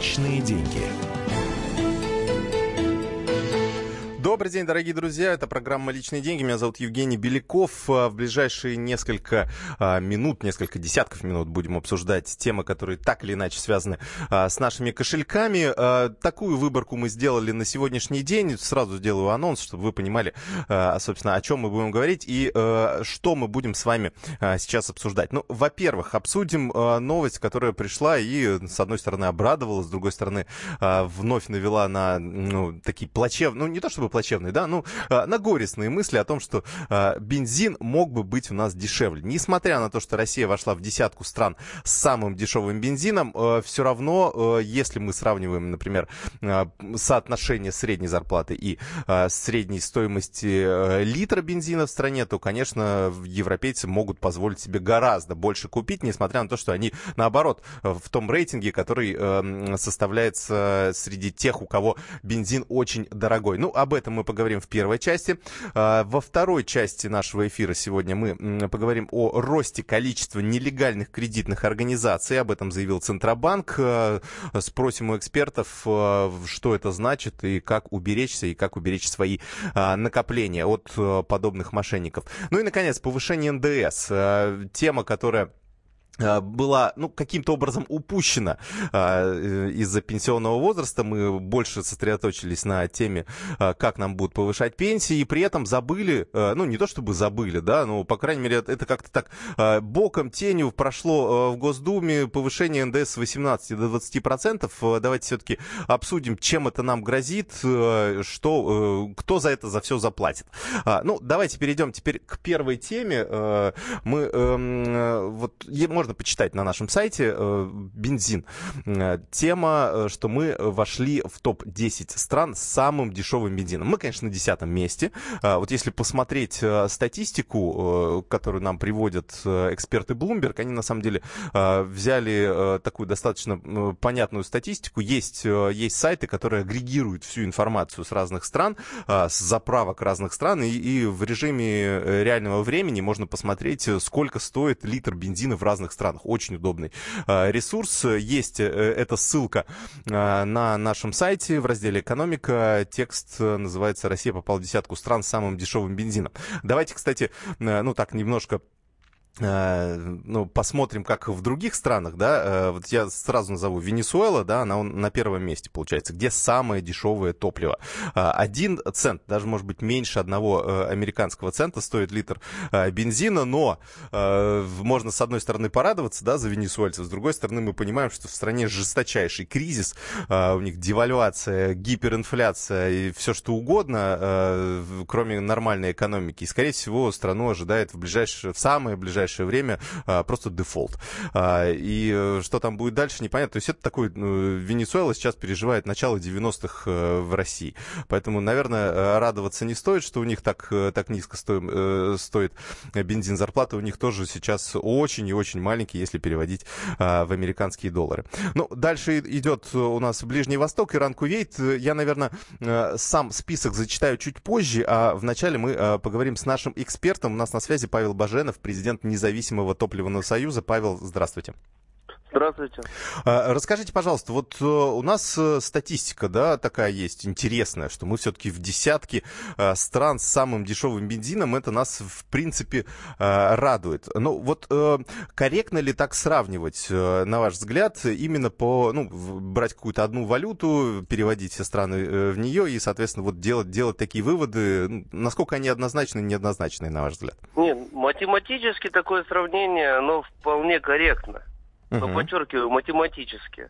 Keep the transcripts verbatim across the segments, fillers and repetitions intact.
Личные деньги. Добрый день, дорогие друзья. Это программа «Личные деньги». Меня зовут Евгений Беляков. В ближайшие несколько минут, несколько десятков минут будем обсуждать темы, которые так или иначе связаны с нашими кошельками. Такую выборку мы сделали на сегодняшний день. Сразу сделаю анонс, чтобы вы понимали, собственно, о чем мы будем говорить и что мы будем с вами сейчас обсуждать. Ну, во-первых, обсудим новость, которая пришла и, с одной стороны, обрадовала, с другой стороны, вновь навела на ну, такие плачевные, ну, не то чтобы плачевные, да, ну, на горестные мысли о том, что бензин мог бы быть у нас дешевле. Несмотря на то, что Россия вошла в десятку стран с самым дешевым бензином, все равно, если мы сравниваем, например, соотношение средней зарплаты и средней стоимости литра бензина в стране, то, конечно, европейцы могут позволить себе гораздо больше купить, несмотря на то, что они, наоборот, в том рейтинге, который составляется среди тех, у кого бензин очень дорогой. Ну, об этом мы поговорим в первой части. Во второй части нашего эфира сегодня мы поговорим о росте количества нелегальных кредитных организаций. Об этом заявил Центробанк. Спросим у экспертов, что это значит и как уберечься, и как уберечь свои накопления от подобных мошенников. Ну и, наконец, повышение эн дэ эс. Тема, которая была, ну, каким-то образом упущена э, из-за пенсионного возраста. Мы больше сосредоточились на теме, э, как нам будут повышать пенсии, и при этом забыли, э, ну, не то чтобы забыли, да, но, по крайней мере, это как-то так э, боком, тенью прошло э, в Госдуме повышение эн дэ эс с восемнадцати до двадцати процентов. Давайте все-таки обсудим, чем это нам грозит, э, что, э, кто за это за все заплатит. А, ну, давайте перейдем теперь к первой теме. Э, мы, э, вот, можно почитать на нашем сайте э, бензин. Э, тема, э, что мы вошли в топ десять стран с самым дешевым бензином. Мы, конечно, на десятом месте. Э, вот если посмотреть э, статистику, э, которую нам приводят э, эксперты Bloomberg, они на самом деле э, взяли э, такую достаточно э, понятную статистику. Есть, э, есть сайты, которые агрегируют всю информацию с разных стран, э, с заправок разных стран, и, и в режиме реального времени можно посмотреть, сколько стоит литр бензина в разных странах. Очень удобный э, ресурс. Есть э, эта ссылка э, на нашем сайте в разделе «Экономика». Текст э, называется «Россия попала в десятку стран с самым дешевым бензином». Давайте, кстати, э, ну так немножко ну, посмотрим, как в других странах, да, вот я сразу назову Венесуэла, да, она на первом месте, получается, где самое дешевое топливо. Один цент, даже, может быть, меньше одного американского цента стоит литр бензина, но можно, с одной стороны, порадоваться, да, за венесуэльцев, с другой стороны, мы понимаем, что в стране жесточайший кризис, у них девальвация, гиперинфляция и все что угодно, кроме нормальной экономики, и, скорее всего, страну ожидает в ближайшее, в самое ближайшее ближайшее время а, просто дефолт. А, и что там будет дальше, непонятно. То есть это такой, ну, Венесуэла сейчас переживает начало девяностых э, в России. Поэтому, наверное, радоваться не стоит, что у них так, так низко сто, э, стоит бензин. Зарплата у них тоже сейчас очень и очень маленькие, если переводить э, в американские доллары. Ну, дальше идет у нас Ближний Восток, Иран, Кувейт. Я, наверное, э, сам список зачитаю чуть позже, а вначале мы э, поговорим с нашим экспертом. У нас на связи Павел Баженов, президент Независимого топливного союза. Павел, здравствуйте. Здравствуйте. Расскажите, пожалуйста, вот у нас статистика, да, такая есть интересная, что мы все-таки в десятке стран с самым дешевым бензином, это нас, в принципе, радует. Но вот корректно ли так сравнивать, на ваш взгляд, именно по, ну, брать какую-то одну валюту, переводить все страны в нее и, соответственно, вот делать, делать такие выводы, насколько они однозначны, неоднозначны, на ваш взгляд? Нет, математически такое сравнение, оно вполне корректно. Но, uh-huh. подчеркиваю, математически.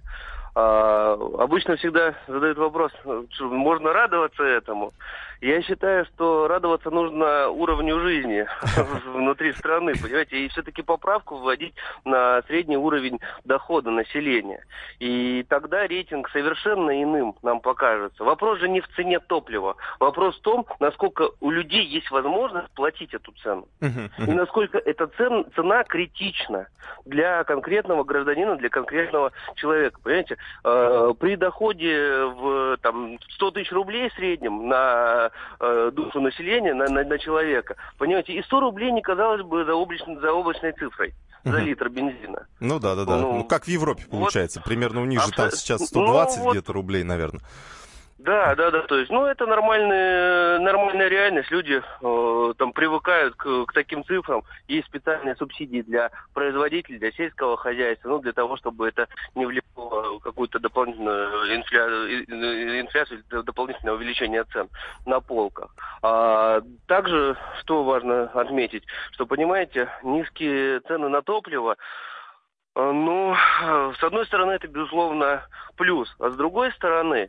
А, обычно всегда задают вопрос, что можно радоваться этому. Я считаю, что радоваться нужно уровню жизни внутри страны, понимаете, и все-таки поправку вводить на средний уровень дохода населения. И тогда рейтинг совершенно иным нам покажется. Вопрос же не в цене топлива. Вопрос в том, насколько у людей есть возможность платить эту цену. И насколько эта цен, цена критична для конкретного гражданина, для конкретного человека. Понимаете, э, при доходе в там, сто тысяч рублей в среднем на э, душу населения, на, на, на человека, понимаете, и сто рублей не казалось бы заоблачной, заоблачной цифрой. за литр бензина. Ну да, да, да. Ну, ну как в Европе получается. Вот, примерно у них же там сейчас сто двадцать ну, где-то вот, рублей, наверное. Да, да, да, то есть, ну, это нормальная, нормальная реальность, люди э, там привыкают к, к таким цифрам, есть специальные субсидии для производителей, для сельского хозяйства, ну, для того, чтобы это не влекло какую-то дополнительную инфля... инфляцию, дополнительное увеличение цен на полках. А также, что важно отметить, что, понимаете, низкие цены на топливо, ну, с одной стороны, это, безусловно, плюс, а с другой стороны,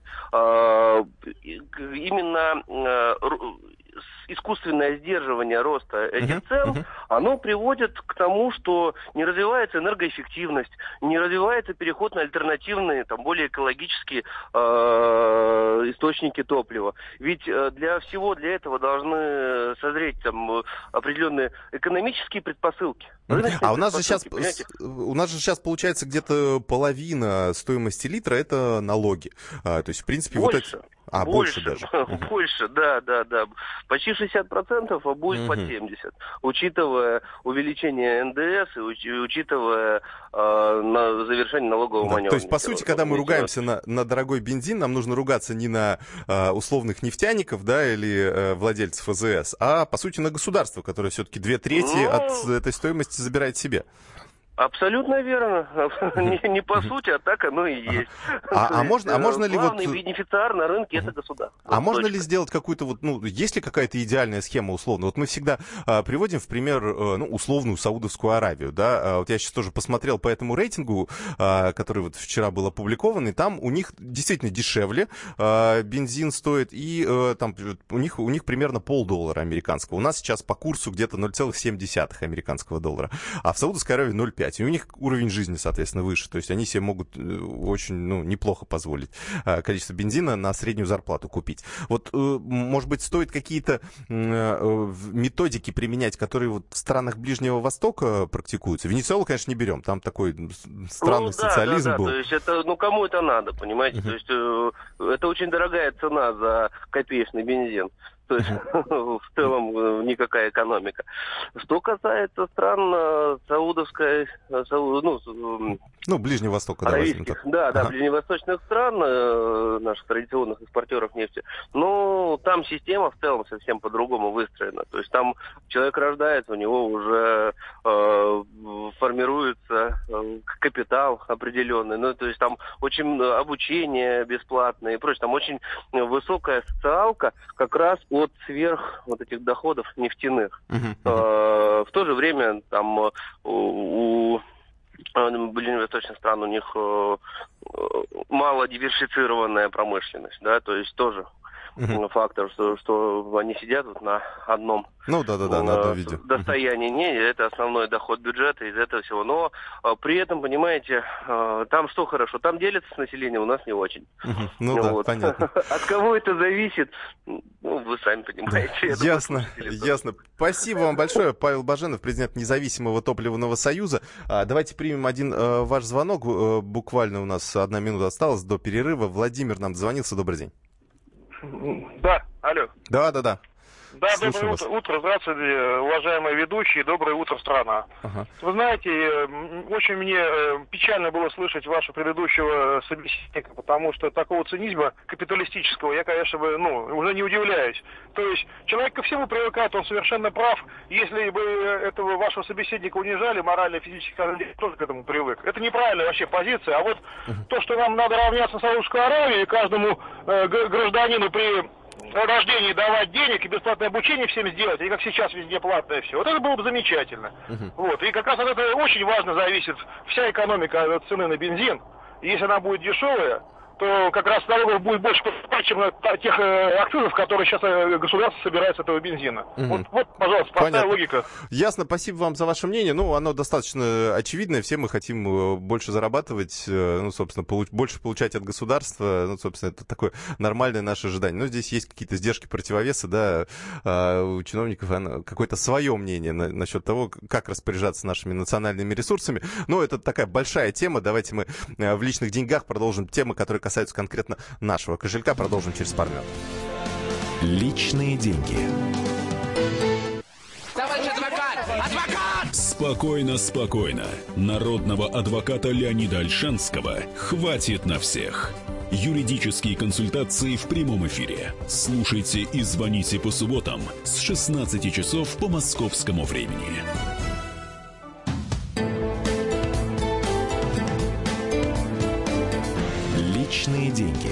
именно искусственное сдерживание роста этих uh-huh, цен, uh-huh. оно приводит к тому, что не развивается энергоэффективность, не развивается переход на альтернативные, там, более экологические э, источники топлива. Ведь для всего для этого должны созреть там определенные экономические предпосылки. Uh-huh. А у нас же сейчас, у нас же сейчас получается где-то половина стоимости литра это налоги. А, то есть, в принципе, больше. вот это... А, больше, больше даже. Uh-huh. Больше, да, да, да. Почти шестьдесят процентов, а будет uh-huh. под семьдесят процентов. Учитывая увеличение эн дэ эс и уч- учитывая э, на завершение налогового да, маневра. То есть, по сути, когда мы ругаемся на, на дорогой бензин, нам нужно ругаться не на э, условных нефтяников, да, или э, владельцев а зэ эс, а, по сути, на государство, которое все-таки две трети ну... от этой стоимости забирает себе. Абсолютно верно. не, не по сути, а так оно и есть. А, а, можно, а можно ли главный вот... бенефициар на рынке это государство. А вот можно точка. ли сделать какую-то вот, ну, есть ли какая-то идеальная схема условно? Вот мы всегда а, приводим в пример, а, ну, условную Саудовскую Аравию, да. А, вот я сейчас тоже посмотрел по этому рейтингу, а, который вот вчера был опубликован, и там у них действительно дешевле а, бензин стоит, и а, там у них, у них примерно полдоллара американского. У нас сейчас по курсу где-то ноль целых семь десятых американского доллара, а в Саудовской Аравии ноль целых пять. И у них уровень жизни, соответственно, выше. То есть они себе могут очень, ну, неплохо позволить а, количество бензина на среднюю зарплату купить. Вот, э, может быть, стоит какие-то э, методики применять, которые вот в странах Ближнего Востока практикуются. Венесуэлу, конечно, не берем. Там такой странный ну, да, социализм да, да. был. То есть это, ну, кому это надо, понимаете? Uh-huh. То есть э, это очень дорогая цена за копеечный бензин. То есть uh-huh. в целом никакая экономика. Что касается стран саудовской, сау, ну, ну, Ближнего Востока, да, да, да, ага. ближневосточных стран, э, наших традиционных экспортеров нефти, ну, там система в целом совсем по-другому выстроена. То есть там человек рождается, у него уже э, формируется э, капитал определенный, ну, то есть там очень обучение бесплатное и прочее, там очень высокая социалка как раз от сверх вот этих доходов нефтяных. Uh-huh, uh-huh. Э, в то же время там у, у ближневосточных стран у них э, мало диверсифицированная промышленность, да, то есть тоже uh-huh. фактор, что, что они сидят вот на одном ну, да, да, да, на одном виде. достоянии. Uh-huh. Не, это основной доход бюджета из этого всего. Но э, при этом, понимаете, э, там что хорошо, там делятся с населением, у нас не очень. Uh-huh. Ну, ну да, вот. Понятно. От кого это зависит, ну, вы сами понимаете. Ясно, ясно. Спасибо вам большое, Павел Баженов, президент Независимого топливного союза. А, давайте примем один а, ваш звонок. А, буквально у нас одна минута осталась до перерыва. Владимир нам дозвонился. Добрый день. Да, алло. Да, да, да. Да, доброе утро, утро, здравствуйте, уважаемые ведущие, доброе утро, страна. Ага. Вы знаете, очень мне печально было слышать вашего предыдущего собеседника, потому что такого цинизма капиталистического я, конечно, ну, уже не удивляюсь. То есть человек ко всему привыкает, он совершенно прав. Если бы этого вашего собеседника унижали морально и физически, я тоже к этому привык. Это неправильная вообще позиция. А вот uh-huh. то, что нам надо равняться Саудовской Аравии, каждому э, гражданину при рождении давать денег и бесплатное обучение всем сделать, и как сейчас везде платное все. Вот это было бы замечательно. Uh-huh. Вот. И как раз от этого очень важно зависит вся экономика от цены на бензин. Если она будет дешевая, то как раз налогов будет больше, чем тех акцизов, которые сейчас государство собирает с этого бензина. Угу. Вот, вот, пожалуйста, простая Понятно. Логика. Ясно, спасибо вам за ваше мнение. Ну, оно достаточно очевидное. Все мы хотим больше зарабатывать, ну, собственно, получ- больше получать от государства. Ну, собственно, это такое нормальное наше ожидание. Но здесь есть какие-то сдержки, противовесы, да, а у чиновников какое-то свое мнение на- насчет того, как распоряжаться нашими национальными ресурсами. Но это такая большая тема. Давайте мы в личных деньгах продолжим темы, которые касаются касаются конкретно нашего кошелька. Продолжим через пару минут. Личные деньги. Товарищ адвокат! Адвокат! С Спокойно, спокойно. Народного адвоката Леонида Ольшанского хватит на всех. Юридические консультации в прямом эфире. Слушайте и звоните по субботам с шестнадцати часов по московскому времени. Личные деньги.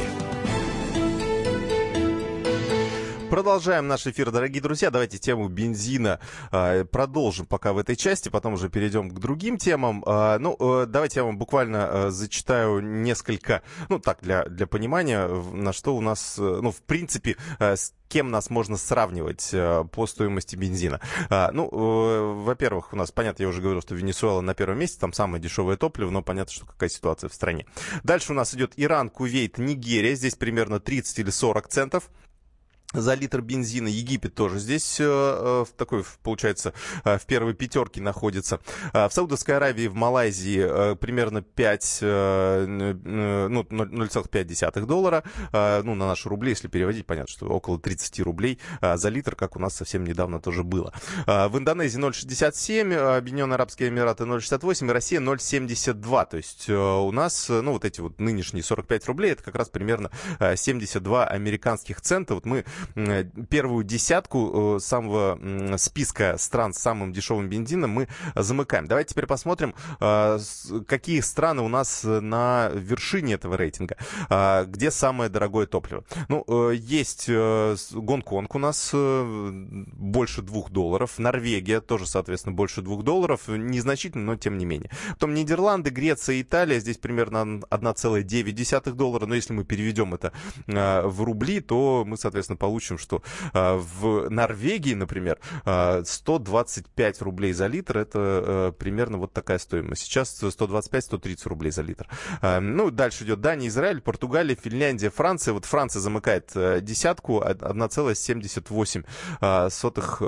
Продолжаем наш эфир, дорогие друзья. Давайте тему бензина э, продолжим пока в этой части, потом уже перейдем к другим темам. Э, ну, э, давайте я вам буквально э, зачитаю несколько, ну, так, для, для понимания, на что у нас, э, ну, в принципе, э, с кем нас можно сравнивать э, по стоимости бензина. Э, ну, э, во-первых, у нас, понятно, я уже говорил, что Венесуэла на первом месте, там самое дешевое топливо, но понятно, что какая ситуация в стране. Дальше у нас идет Иран, Кувейт, Нигерия, здесь примерно тридцать или сорок центов за литр бензина. Египет тоже здесь э, в такой, получается, э, в первой пятерке находится. Э, в Саудовской Аравии, в Малайзии э, примерно пять, э, э, ну, ноль целых пять десятых доллара. Э, ну, на наши рубли, если переводить, понятно, что около тридцать рублей э, за литр, как у нас совсем недавно тоже было. Э, в Индонезии ноль целых шестьдесят семь, Объединенные Арабские Эмираты ноль целых шестьдесят восемь, и Россия ноль целых семьдесят два. То есть э, у нас, ну, вот эти вот нынешние сорок пять рублей, это как раз примерно э, семьдесят два американских цента. Вот мы первую десятку самого списка стран с самым дешевым бензином мы замыкаем. Давайте теперь посмотрим, какие страны у нас на вершине этого рейтинга, где самое дорогое топливо. Ну, есть Гонконг у нас больше двух долларов, Норвегия тоже, соответственно, больше двух долларов, незначительно, но тем не менее. Потом Нидерланды, Греция, Италия, здесь примерно одна целая девять десятых доллара, но если мы переведем это в рубли, то мы, соответственно, получим, что э, в Норвегии, например, э, сто двадцать пять рублей за литр, это э, примерно вот такая стоимость. Сейчас сто двадцать пять - сто тридцать рублей за литр. Э, ну, дальше идет Дания, Израиль, Португалия, Финляндия, Франция. Вот Франция замыкает э, десятку, одна целая семьдесят восемь сотых э,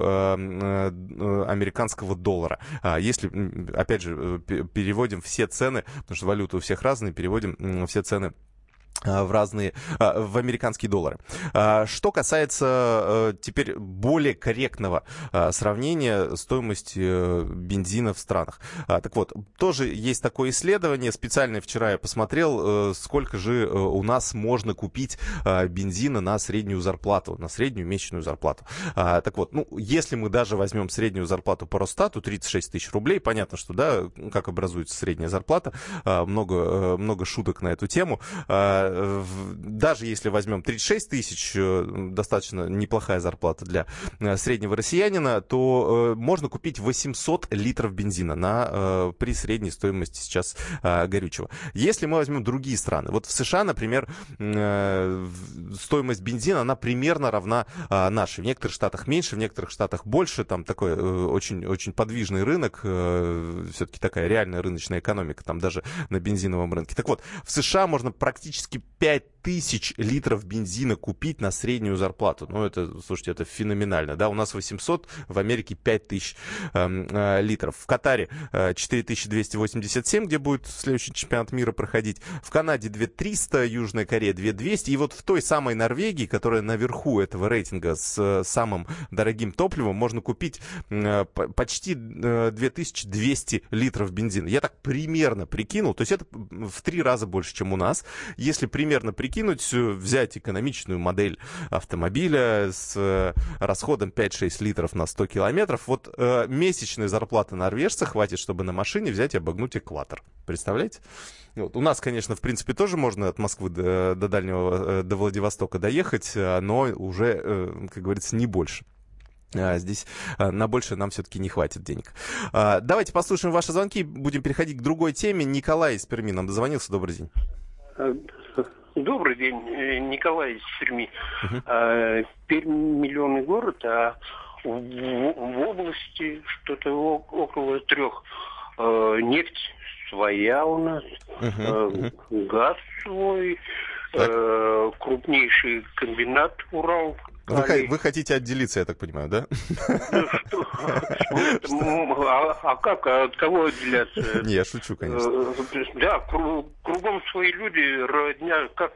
э, американского доллара. Э, если, опять же, переводим все цены, потому что валюты у всех разные, переводим э, все цены в разные, в американские доллары. Что касается теперь более корректного сравнения стоимости бензина в странах. Так вот, тоже есть такое исследование. Специально вчера я посмотрел, сколько же у нас можно купить бензина на среднюю зарплату, на среднюю месячную зарплату. Так вот, ну, если мы даже возьмем среднюю зарплату по Росстату, тридцать шесть тысяч рублей, понятно, что, да, как образуется средняя зарплата, много, много шуток на эту тему. Даже если возьмем тридцать шесть тысяч, достаточно неплохая зарплата для среднего россиянина, то можно купить восемьсот литров бензина на, при средней стоимости сейчас горючего. Если мы возьмем другие страны, вот в США, например, стоимость бензина, она примерно равна нашей. В некоторых штатах меньше, в некоторых штатах больше. Там такой очень, очень подвижный рынок, все-таки такая реальная рыночная экономика, там даже на бензиновом рынке. Так вот, в США можно практически пять тысяч литров бензина купить на среднюю зарплату. Ну, это, слушайте, это феноменально, да? У нас восемьсот, в Америке пять тысяч э, э, литров. В Катаре э, четыре тысячи двести восемьдесят семь, где будет следующий чемпионат мира проходить. В Канаде две тысячи триста, Южная Корея две тысячи двести. И вот в той самой Норвегии, которая наверху этого рейтинга с э, самым дорогим топливом, можно купить э, почти э, две тысячи двести литров бензина. Я так примерно прикинул, то есть это в три раза больше, чем у нас. Если примерно прикинуть, взять экономичную модель автомобиля с расходом пять-шесть литров на сто километров, вот э, месячная зарплата норвежца хватит, чтобы на машине взять и обогнуть экватор. Представляете? Вот. У нас, конечно, в принципе, тоже можно от Москвы до, до дальнего, до Владивостока доехать, но уже, э, как говорится, не больше. Здесь на больше нам все-таки не хватит денег. Давайте послушаем ваши звонки, будем переходить к другой теме. Николай из Перми нам дозвонился. Добрый день. Добрый день, Николай из Перми. Uh-huh. Пермь миллионный город, а в, в области что-то около трех. Нефть своя у нас, uh-huh. Uh-huh. Газ свой, uh, крупнейший комбинат Урал. Вы, вы хотите отделиться, я так понимаю, да? А как? От кого отделяться? Не, я шучу, конечно. Да, кругом свои люди, родня, как...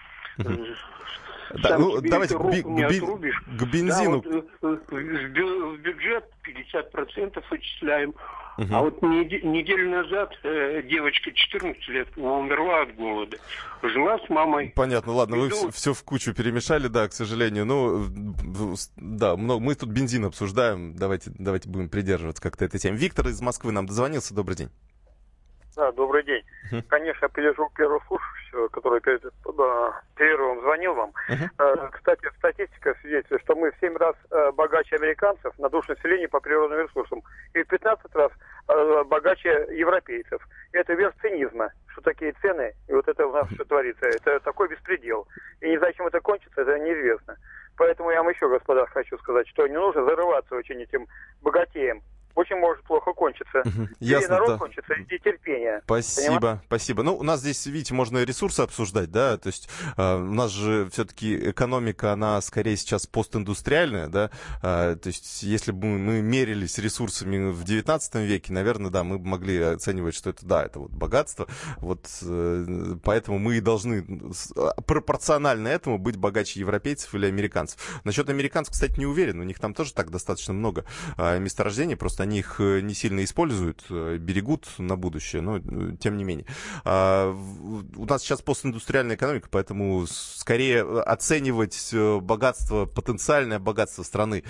Да, ну, давайте к, би- би- к бензину. Да, вот, в бюджет пятьдесят процентов отчисляем, Угу. А вот нед- неделю назад э, девочка четырнадцати лет умерла от голода. Жила с мамой. Понятно, ладно, Иду... вы все, все в кучу перемешали, да, к сожалению. Ну, да, много, мы тут бензин обсуждаем, давайте, давайте будем придерживаться как-то этой темы. Виктор из Москвы нам дозвонился, добрый день. Да, добрый день. Uh-huh. Конечно, я придержу первого слушающего, который перед да, перерывом звонил вам. Uh-huh. Э, кстати, статистика свидетельствует, что мы в семь раз э, богаче американцев на душу населения по природным ресурсам и в пятнадцать раз э, богаче европейцев. Это верх цинизма, что такие цены, и вот это у нас все творится. Это такой беспредел. И не знаю, чем это кончится, это неизвестно. Поэтому я вам еще, господа, хочу сказать, что не нужно зарываться очень этим богатеем. Очень может плохо кончиться. Ясно, и народ да. кончится, и терпение. Спасибо, Понимаете? спасибо. Ну, у нас здесь, видите, можно ресурсы обсуждать, да, то есть э, у нас же все-таки экономика, она скорее сейчас постиндустриальная, да, э, то есть если бы мы мерились ресурсами в девятнадцатом веке, наверное, да, мы бы могли оценивать, что это, да, это вот богатство, вот э, поэтому мы и должны пропорционально этому быть богаче европейцев или американцев. Насчет американцев, кстати, не уверен, у них там тоже так достаточно много э, месторождений, просто они их не сильно используют, берегут на будущее, но тем не менее. У нас сейчас постиндустриальная экономика, поэтому скорее оценивать богатство, потенциальное богатство страны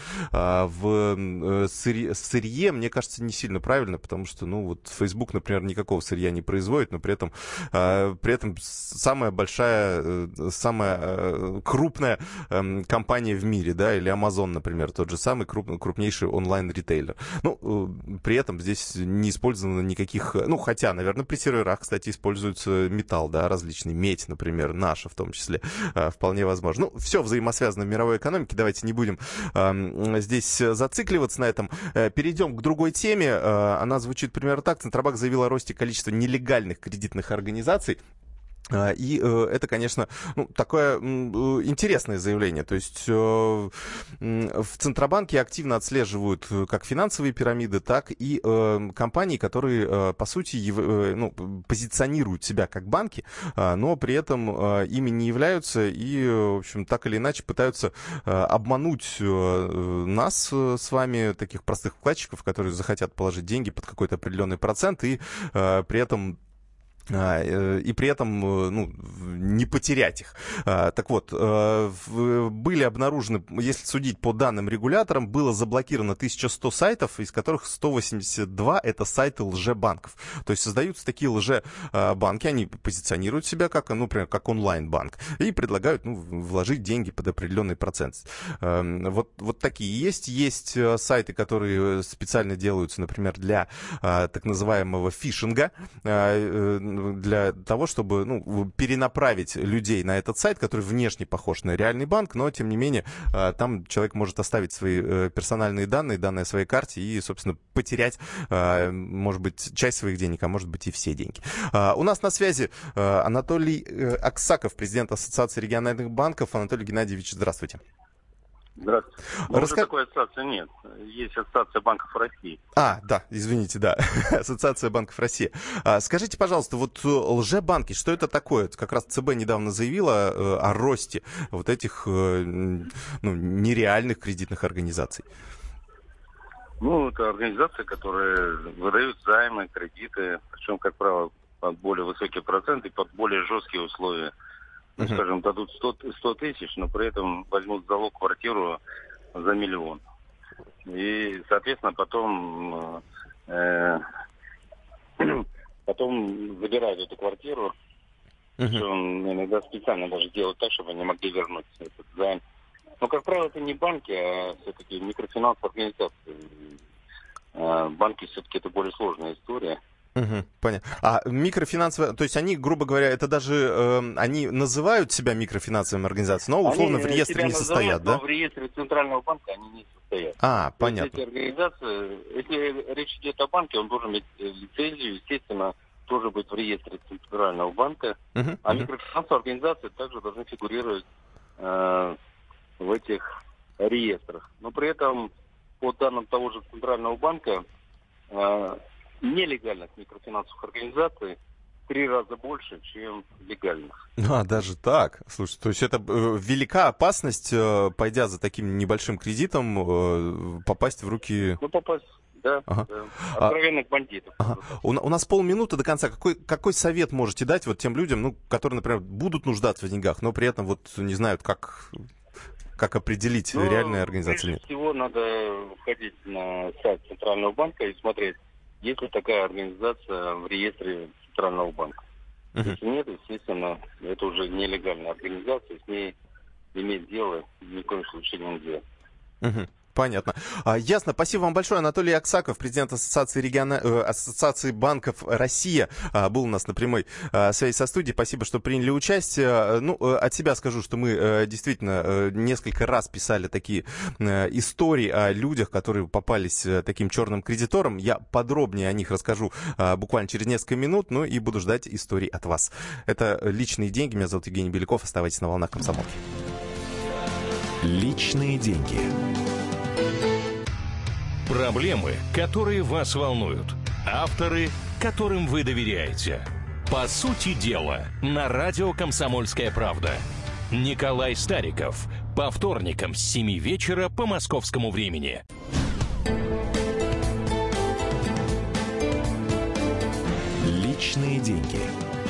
в сырье, сырье, мне кажется, не сильно правильно, потому что, ну, вот Facebook, например, никакого сырья не производит, но при этом, при этом самая большая, самая крупная компания в мире, да, или Amazon, например, тот же самый круп, крупнейший онлайн-ритейлер. Ну, при этом здесь не использовано никаких... Ну, хотя, наверное, при серверах, кстати, используется металл, да, различный, медь, например, наша в том числе, вполне возможно. Ну, все взаимосвязано в мировой экономике, давайте не будем э, здесь зацикливаться на этом. Перейдем к другой теме, она звучит примерно так. Центробанк заявил о росте количества нелегальных кредитных организаций. И э, это, конечно, ну, такое э, интересное заявление. То есть э, в Центробанке активно отслеживают как финансовые пирамиды, так и э, компании, которые, э, по сути, ев, э, ну, позиционируют себя как банки, э, но при этом э, ими не являются и, в общем, так или иначе пытаются э, обмануть э, нас э, с вами, таких простых вкладчиков, которые захотят положить деньги под какой-то определенный процент и э, при этом и при этом, ну, не потерять их. Так вот, были обнаружены, если судить по данным регуляторам, было заблокировано тысяча сто сайтов, из которых сто восемьдесят два это сайты лжебанков. То есть создаются такие лжебанки, они позиционируют себя как, ну, например, как онлайн-банк и предлагают, ну, вложить деньги под определенный процент. Вот, вот такие есть. Есть сайты, которые специально делаются, например, для так называемого фишинга, для того, чтобы, ну, перенаправить людей на этот сайт, который внешне похож на реальный банк, но, тем не менее, там человек может оставить свои персональные данные, данные о своей карте и, собственно, потерять, может быть, часть своих денег, а может быть и все деньги. У нас на связи Анатолий Аксаков, президент Ассоциации региональных банков. Анатолий Геннадьевич, здравствуйте. Здравствуйте. Ну, Раска... уже такой ассоциации нет. Есть Ассоциация банков России. А, да, извините, да. Ассоциация банков России. А, скажите, пожалуйста, вот лжебанки, что это такое? Как раз ЦБ недавно заявила э, о росте вот этих э, ну, нереальных кредитных организаций. Ну, это организации, которые выдают займы, кредиты, причем, как правило, под более высокие проценты, под более жесткие условия. Ну, uh-huh. скажем, дадут сто тысяч, но при этом возьмут в залог квартиру за миллион. И, соответственно, потом, э, потом забирают эту квартиру. Uh-huh. Причем иногда специально даже делают так, чтобы они могли вернуть этот займ. Но, как правило, это не банки, а все-таки микрофинансовые организации. Э, банки все-таки это более сложная история. Угу, понятно. А микрофинансовые, то есть они, грубо говоря, это даже, э, они называют себя микрофинансовыми организациями, но условно они в реестре не состоят, да? Но в реестре Центрального банка они не состоят. А, понятно. Эти организации, если речь идет о банке, он должен иметь лицензию, естественно, тоже быть в реестре Центрального банка. Uh-huh, а uh-huh. микрофинансовые организации также должны фигурировать э, в этих реестрах. Но при этом, по данным того же Центрального банка, э, нелегальных микрофинансовых организаций в три раза больше, чем легальных. А, даже так? Слушай, то есть это э, велика опасность, э, пойдя за таким небольшим кредитом, э, попасть в руки... Ну, попасть, Да, ага. да. Откровенных а, бандитов. Ага. У, у нас полминуты до конца. Какой, какой совет можете дать вот тем людям, ну, которые, например, будут нуждаться в деньгах, но при этом вот не знают, как, как определить, ну, реальная организация? Прежде всего, надо входить на сайт Центрального банка и смотреть, есть ли такая организация в реестре Центрального банка. Uh-huh. Если нет, естественно, это уже нелегальная организация, с ней иметь дело ни в коем случае нельзя. Uh-huh. Понятно. А, ясно. Спасибо вам большое. Анатолий Аксаков, президент Ассоциации, региона... э, Ассоциации банков «Россия», а, был у нас на прямой а, связи со студией. Спасибо, что приняли участие. Ну, от себя скажу, что мы э, действительно э, несколько раз писали такие э, истории о людях, которые попались э, таким черным кредиторам. Я подробнее о них расскажу э, буквально через несколько минут, ну и буду ждать историй от вас. Это «Личные деньги». Меня зовут Евгений Беляков. Оставайтесь на волнах «Комсомолки». Личные деньги. Проблемы, которые вас волнуют. Авторы, которым вы доверяете. По сути дела, на радио «Комсомольская правда». Николай Стариков. По вторникам с семи вечера по московскому времени. Личные деньги.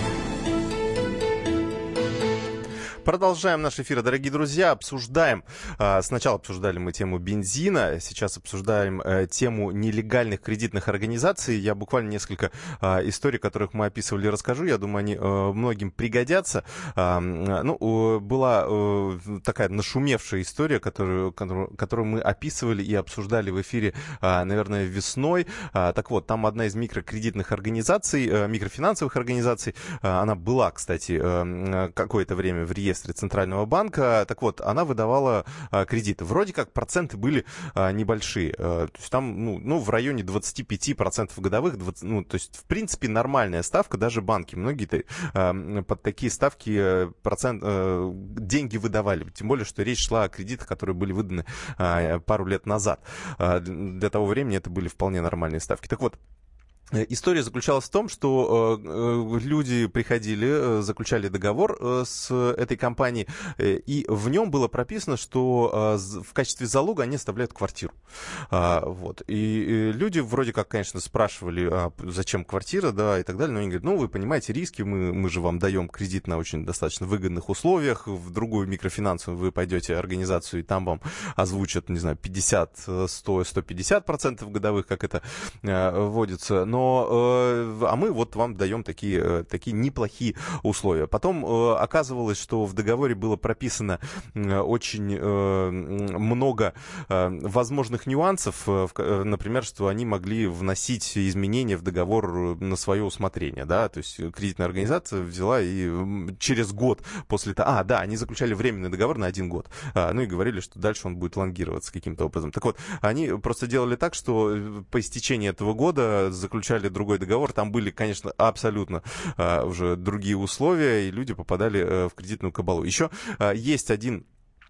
Продолжаем наш эфир, дорогие друзья. Обсуждаем, э, сначала обсуждали мы тему бензина, сейчас обсуждаем э, тему нелегальных кредитных организаций. Я буквально несколько э, историй, которых мы описывали, расскажу. Я думаю, они э, многим пригодятся. Э, ну, э, была э, такая нашумевшая история, которую, которую, которую мы описывали и обсуждали в эфире, э, наверное, весной. Э, так вот, там одна из микрокредитных организаций, э, микрофинансовых организаций, э, она была, кстати, э, какое-то время в реестре Центрального банка. Так вот, она выдавала а, кредиты. Вроде как проценты были а, небольшие. А, то есть там, ну, ну, в районе двадцать пять процентов годовых. двадцать, ну, то есть, в принципе, нормальная ставка. Даже банки многие а, под такие ставки процент, а, деньги выдавали. Тем более, что речь шла о кредитах, которые были выданы а, пару лет назад. А, для того времени это были вполне нормальные ставки. Так вот, история заключалась в том, что э, люди приходили, э, заключали договор э, с этой компанией, э, и в нем было прописано, что э, в качестве залога они оставляют квартиру. А, вот. И, и люди вроде как, конечно, спрашивали, а зачем квартира, да, и так далее, но они говорят, ну, вы понимаете риски, мы, мы же вам даем кредит на очень достаточно выгодных условиях, в другую микрофинансовую вы пойдете организацию, и там вам озвучат, не знаю, пятьдесят, сто, сто пятьдесят процентов годовых, как это э, вводится, но Но, э, а мы вот вам даем такие, э, такие неплохие условия. Потом э, оказывалось, что в договоре было прописано э, очень э, много э, возможных нюансов. Э, э, например, что они могли вносить изменения в договор на свое усмотрение. Да? То есть кредитная организация взяла и через год после того... А, да, они заключали временный договор на один год. А, ну и говорили, что дальше он будет лонгироваться каким-то образом. Так вот, они просто делали так, что по истечении этого года заключали другой договор, там были, конечно, абсолютно а, уже другие условия, и люди попадали а, в кредитную кабалу. Еще а, есть один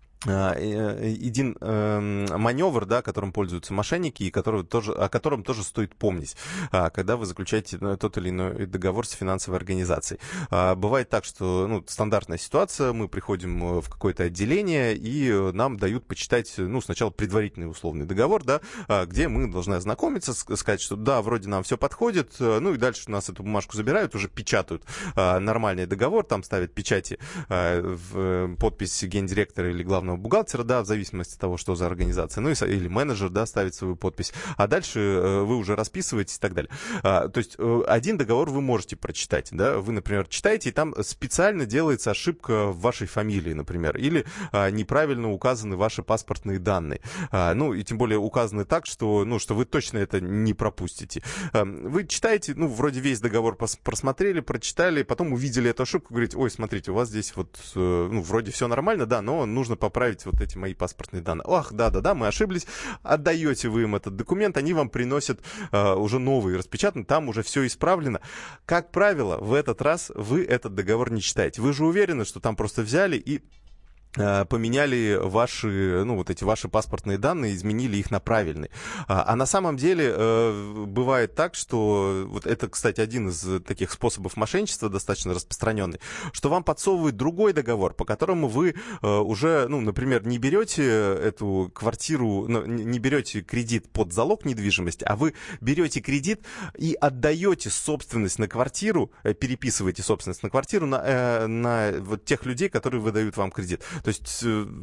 один э, маневр, да, которым пользуются мошенники, и который тоже, о котором тоже стоит помнить, а, когда вы заключаете тот или иной договор с финансовой организацией. А, бывает так, что ну, стандартная ситуация, мы приходим в какое-то отделение, и нам дают почитать, ну, сначала предварительный условный договор, да, где мы должны ознакомиться, сказать, что да, вроде нам все подходит, ну и дальше у нас эту бумажку забирают, уже печатают а, нормальный договор, там ставят печати, а, в подпись гендиректора или главного бухгалтера, да, в зависимости от того, что за организация, ну и, или менеджер, да, ставит свою подпись, а дальше э, вы уже расписываетесь и так далее. А, то есть э, один договор вы можете прочитать, да, вы, например, читаете, и там специально делается ошибка в вашей фамилии, например, или а, неправильно указаны ваши паспортные данные, а, ну и тем более указаны так, что, ну, что вы точно это не пропустите. А, вы читаете, ну, вроде весь договор пос- просмотрели, прочитали, потом увидели эту ошибку, говорите, ой, смотрите, у вас здесь вот, э, ну, вроде все нормально, да, но нужно поправить вот эти мои паспортные данные. Ах, да-да-да, мы ошиблись. Отдаете вы им этот документ, они вам приносят э, уже новый распечатанный, там уже все исправлено. Как правило, в этот раз вы этот договор не читаете. Вы же уверены, что там просто взяли и поменяли ваши, ну, вот эти ваши паспортные данные, изменили их на правильные. А, а на самом деле э, бывает так, что вот это, кстати, один из таких способов мошенничества, достаточно распространенный, что вам подсовывают другой договор, по которому вы э, уже, ну, например, не берете эту квартиру, ну, не берете кредит под залог недвижимости, а вы берете кредит и отдаете собственность на квартиру, э, переписываете собственность на квартиру на, э, на вот тех людей, которые выдают вам кредит. То есть,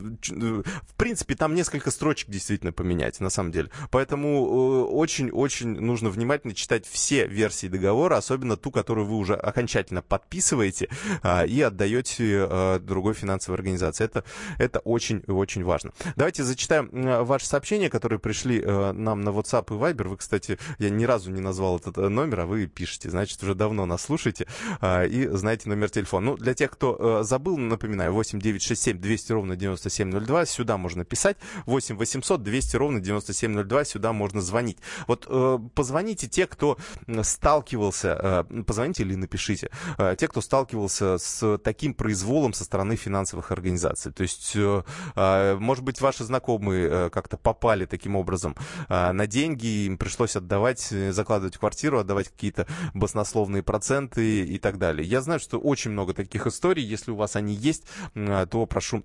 в принципе, там несколько строчек действительно поменять, на самом деле. Поэтому очень-очень нужно внимательно читать все версии договора, особенно ту, которую вы уже окончательно подписываете и отдаете другой финансовой организации. Это, это очень-очень важно. Давайте зачитаем ваши сообщения, которые пришли нам на WhatsApp и Viber. Вы, кстати, я ни разу не назвал этот номер, а вы пишете, значит, уже давно нас слушаете и знаете номер телефона. Ну, для тех, кто забыл, напоминаю, восемь девятьсот шестьдесят семь двести ровно девяносто семь ноль два, сюда можно писать, восемь восемьсот двести ровно девяносто семь ноль два, сюда можно звонить. Вот э, позвоните те, кто сталкивался, э, позвоните или напишите, э, те, кто сталкивался с таким произволом со стороны финансовых организаций. То есть, э, э, может быть, ваши знакомые э, как-то попали таким образом э, на деньги, им пришлось отдавать, закладывать в квартиру, отдавать какие-то баснословные проценты и так далее. Я знаю, что очень много таких историй. Если у вас они есть, э, то прошу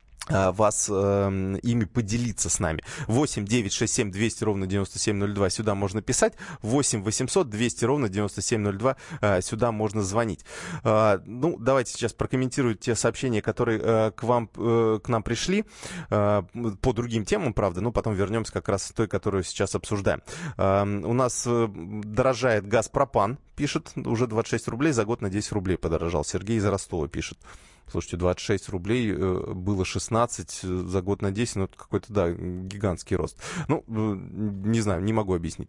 вас э, ими поделиться с нами. восемь девятьсот шестьдесят семь двести ровно девяносто семь ноль два, сюда можно писать. восемь восемьсот двести ровно девяносто семь ноль два, э, сюда можно звонить. Э, ну, давайте сейчас прокомментирую те сообщения, которые э, к вам, э, к нам пришли э, по другим темам, правда, но потом вернемся как раз к той, которую сейчас обсуждаем. Э, у нас э, дорожает газ пропан, пишет, уже двадцать шесть рублей, за год на десять рублей подорожал. Сергей из Ростова пишет. Слушайте, двадцать шесть рублей, было шестнадцать, за год на десять, ну, это какой-то, да, гигантский рост. Ну, не знаю, не могу объяснить.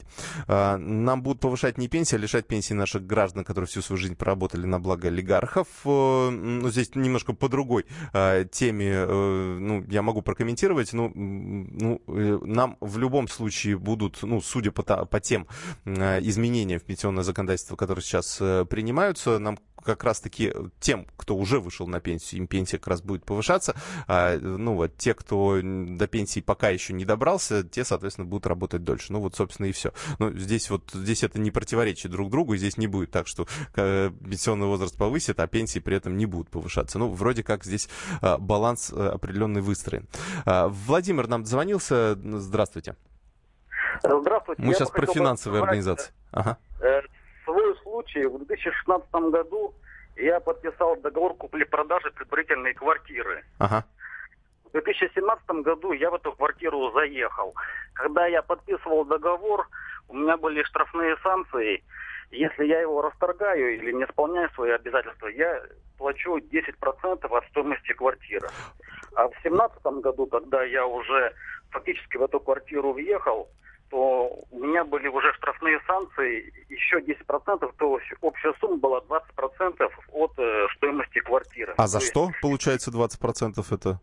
Нам будут повышать не пенсии, а лишать пенсии наших граждан, которые всю свою жизнь проработали на благо олигархов. Ну, здесь немножко по другой теме, ну, я могу прокомментировать, но ну, нам в любом случае будут, ну, судя по, по тем изменениям в пенсионное законодательство, которые сейчас принимаются, нам как раз-таки тем, кто уже вышел на пенсию, им пенсия как раз будет повышаться. А, ну вот, те, кто до пенсии пока еще не добрался, те, соответственно, будут работать дольше. Ну вот, собственно, и все. Но здесь вот, здесь это не противоречит друг другу, и здесь не будет так, что э, пенсионный возраст повысит, а пенсии при этом не будут повышаться. Ну, вроде как здесь э, баланс э, определенный выстроен. Э, Владимир нам дозвонился. Здравствуйте. Здравствуйте. Мы Я сейчас про финансовые сказать, организации. Ага. Э, свой случай. В две тысячи шестнадцатом году я подписал договор купли-продажи предварительной квартиры. Ага. В две тысячи семнадцатом году я в эту квартиру заехал. Когда я подписывал договор, у меня были штрафные санкции. Если я его расторгаю или не исполняю свои обязательства, я плачу десять процентов от стоимости квартиры. А в две тысячи семнадцатом году, когда я уже фактически в эту квартиру въехал, то у меня были уже штрафные санкции, еще десять процентов, то общая сумма была двадцать процентов от э, стоимости квартиры. А за то что, есть, получается, двадцать процентов это?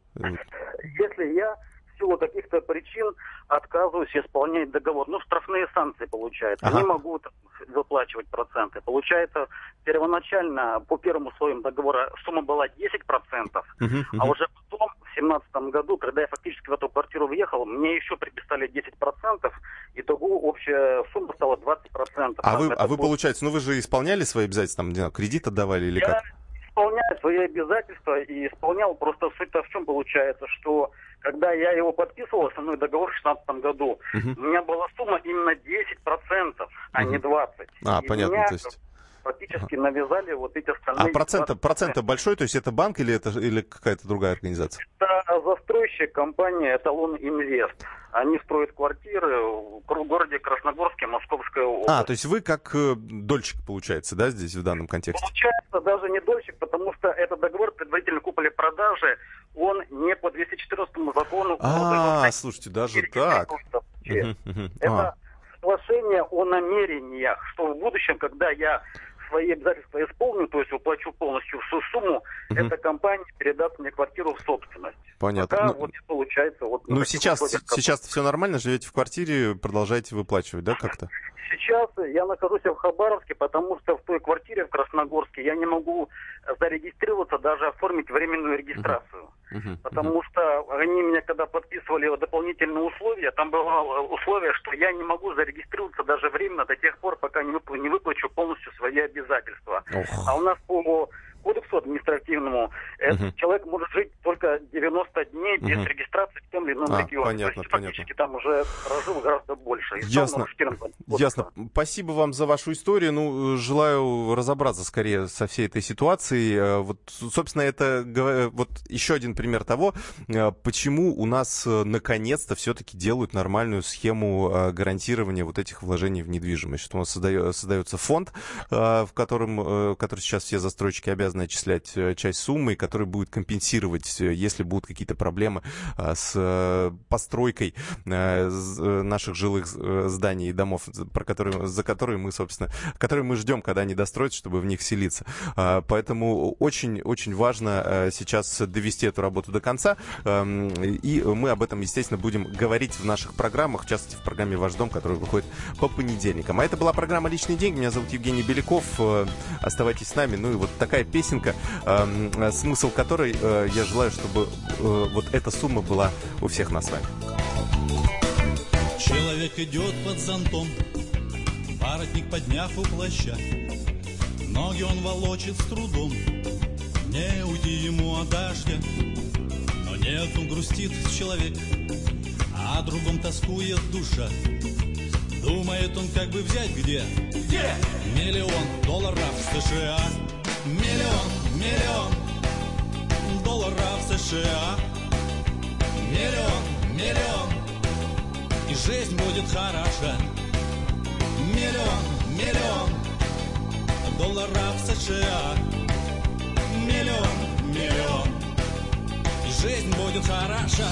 Если я в силу каких-то причин отказываюсь исполнять договор, ну, штрафные санкции получается, ага. не могу там выплачивать проценты. Получается, первоначально по первому условиям договора сумма была десять процентов, uh-huh, uh-huh. а уже потом, в две тысячи семнадцатом году, когда я фактически в эту квартиру въехал, мне еще приписали десять процентов, итого общая сумма стала двадцать процентов. А, вы, а вы, было... получается, ну вы же исполняли свои обязательства, там, не знаю, кредит отдавали или я как? Исполняю свои обязательства и исполнял, просто суть-то в чем получается, что когда я его подписывал, основной договор в две тысячи шестнадцатом году, uh-huh. у меня была сумма именно десять процентов, а uh-huh. не двадцать процентов. А, и понятно, меня то есть... практически uh-huh. навязали вот эти остальные... А процент, процент большой, то есть это банк или, это, или какая-то другая организация? Это застройщик, компания «Эталон Инвест». Они строят квартиры в городе Красногорске, Московская область. А, то есть вы как э, дольщик, получается, да, здесь в данном контексте? Получается, даже не дольщик, потому что этот договор предварительной купли-продажи, он не по двести четырнадцатому закону. А, а слушайте, даже так. Это соглашение о намерениях, что в будущем, когда я свои обязательства исполню, то есть уплачу полностью всю сумму, uh-huh. эта компания передаст мне квартиру в собственность. Понятно. Пока ну, вот получается... Вот ну, сейчас, сейчас все нормально? Живете в квартире, продолжаете выплачивать, да, как-то? Сейчас я нахожусь в Хабаровске, потому что в той квартире в Красногорске я не могу зарегистрироваться, даже оформить временную регистрацию. Uh-huh. Uh-huh. Потому uh-huh. что они меня, когда подписывали дополнительные условия, там было условие, что я не могу зарегистрироваться даже временно до тех пор, пока не, вып- не выплачу полностью свои обязательства. Uh-huh. А у нас по кодексу административному этот uh-huh. человек может жить только девяносто дней без uh-huh. регистрации в том или ином а, регионе. Понятно, То есть понятно. фактически там уже прожил гораздо больше. Ясно. Ясно. Спасибо вам за вашу историю. Ну, желаю разобраться скорее со всей этой ситуацией. Вот, собственно, это вот еще один пример того, почему у нас наконец-то все-таки делают нормальную схему гарантирования вот этих вложений в недвижимость. Что у нас создается фонд, в котором, который сейчас все застройщики обязаны отчислять часть суммы, который будет компенсировать, если будут какие-то проблемы с постройкой наших жилых зданий и домов, про которые, за которые мы, собственно, которые мы ждем, когда они достроятся, чтобы в них селиться. Поэтому очень-очень важно сейчас довести эту работу до конца, и мы об этом, естественно, будем говорить в наших программах, в частности, в программе «Ваш дом», которая выходит по понедельникам. А это была программа «Личные деньги». Меня зовут Евгений Беляков. Оставайтесь с нами. Ну и вот такая песенка, э, смысл которой э, я желаю, чтобы э, вот эта сумма была у всех нас с вами. Человек идет под зонтом, воротник подняв у плаща, ноги он волочит с трудом, не уйти ему от дождя. Но нет, он грустит человек, о другом тоскует душа. Думает он, как бы взять где? Где? Миллион долларов в США. Миллион, миллион долларов в США. Миллион, миллион, и жизнь будет хороша. Миллион, миллион долларов в США. Миллион, миллион, и жизнь будет хороша.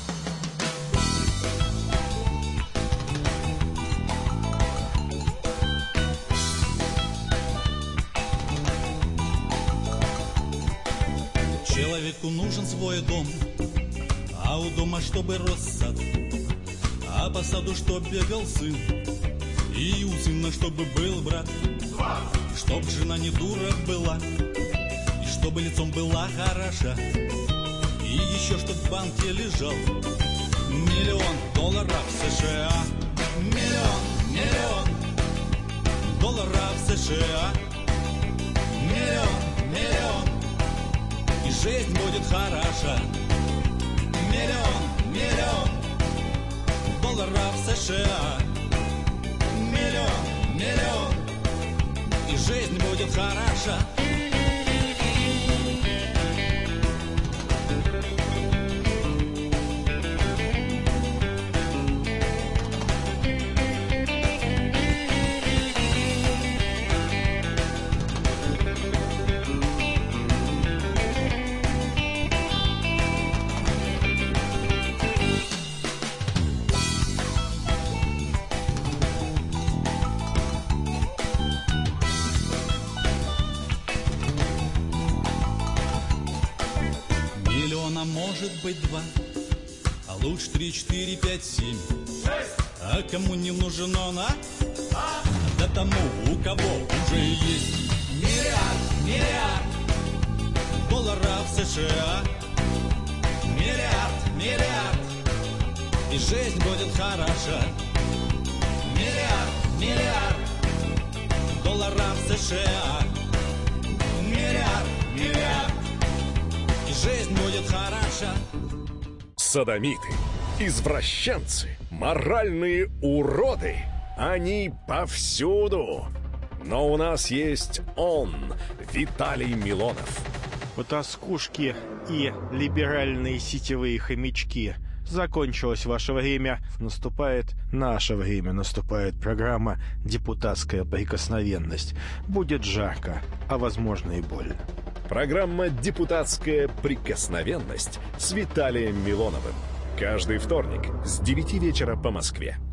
Человеку нужен свой дом, а у дома чтобы рос сад, а по саду чтоб бегал сын, и у сына чтобы был брат, чтоб жена не дура была, и чтобы лицом была хороша, и еще чтоб в банке лежал миллион долларов в США. Миллион, миллион долларов в США. Миллион, миллион, и жизнь будет хороша. Миллион, миллион долларов в США. Миллион, миллион, и жизнь будет хороша. Может быть два, а лучше три, четыре, пять, семь. А кому не нужен он, а? Да тому, у кого уже есть миллиард, миллиард долларов в США. Миллиард, миллиард, и жизнь будет хороша. Миллиард, миллиард долларов в США. Миллиард, миллиард, и жизнь будет хороша. Содомиты, извращенцы, моральные уроды. Они повсюду. Но у нас есть он, Виталий Милонов. Потаскушки и либеральные сетевые хомячки. Закончилось ваше время. Наступает наше время. Наступает программа «Депутатская прикосновенность». Будет жарко, а возможно и больно. Программа «Депутатская прикосновенность» с Виталием Милоновым. Каждый вторник с девяти вечера по Москве.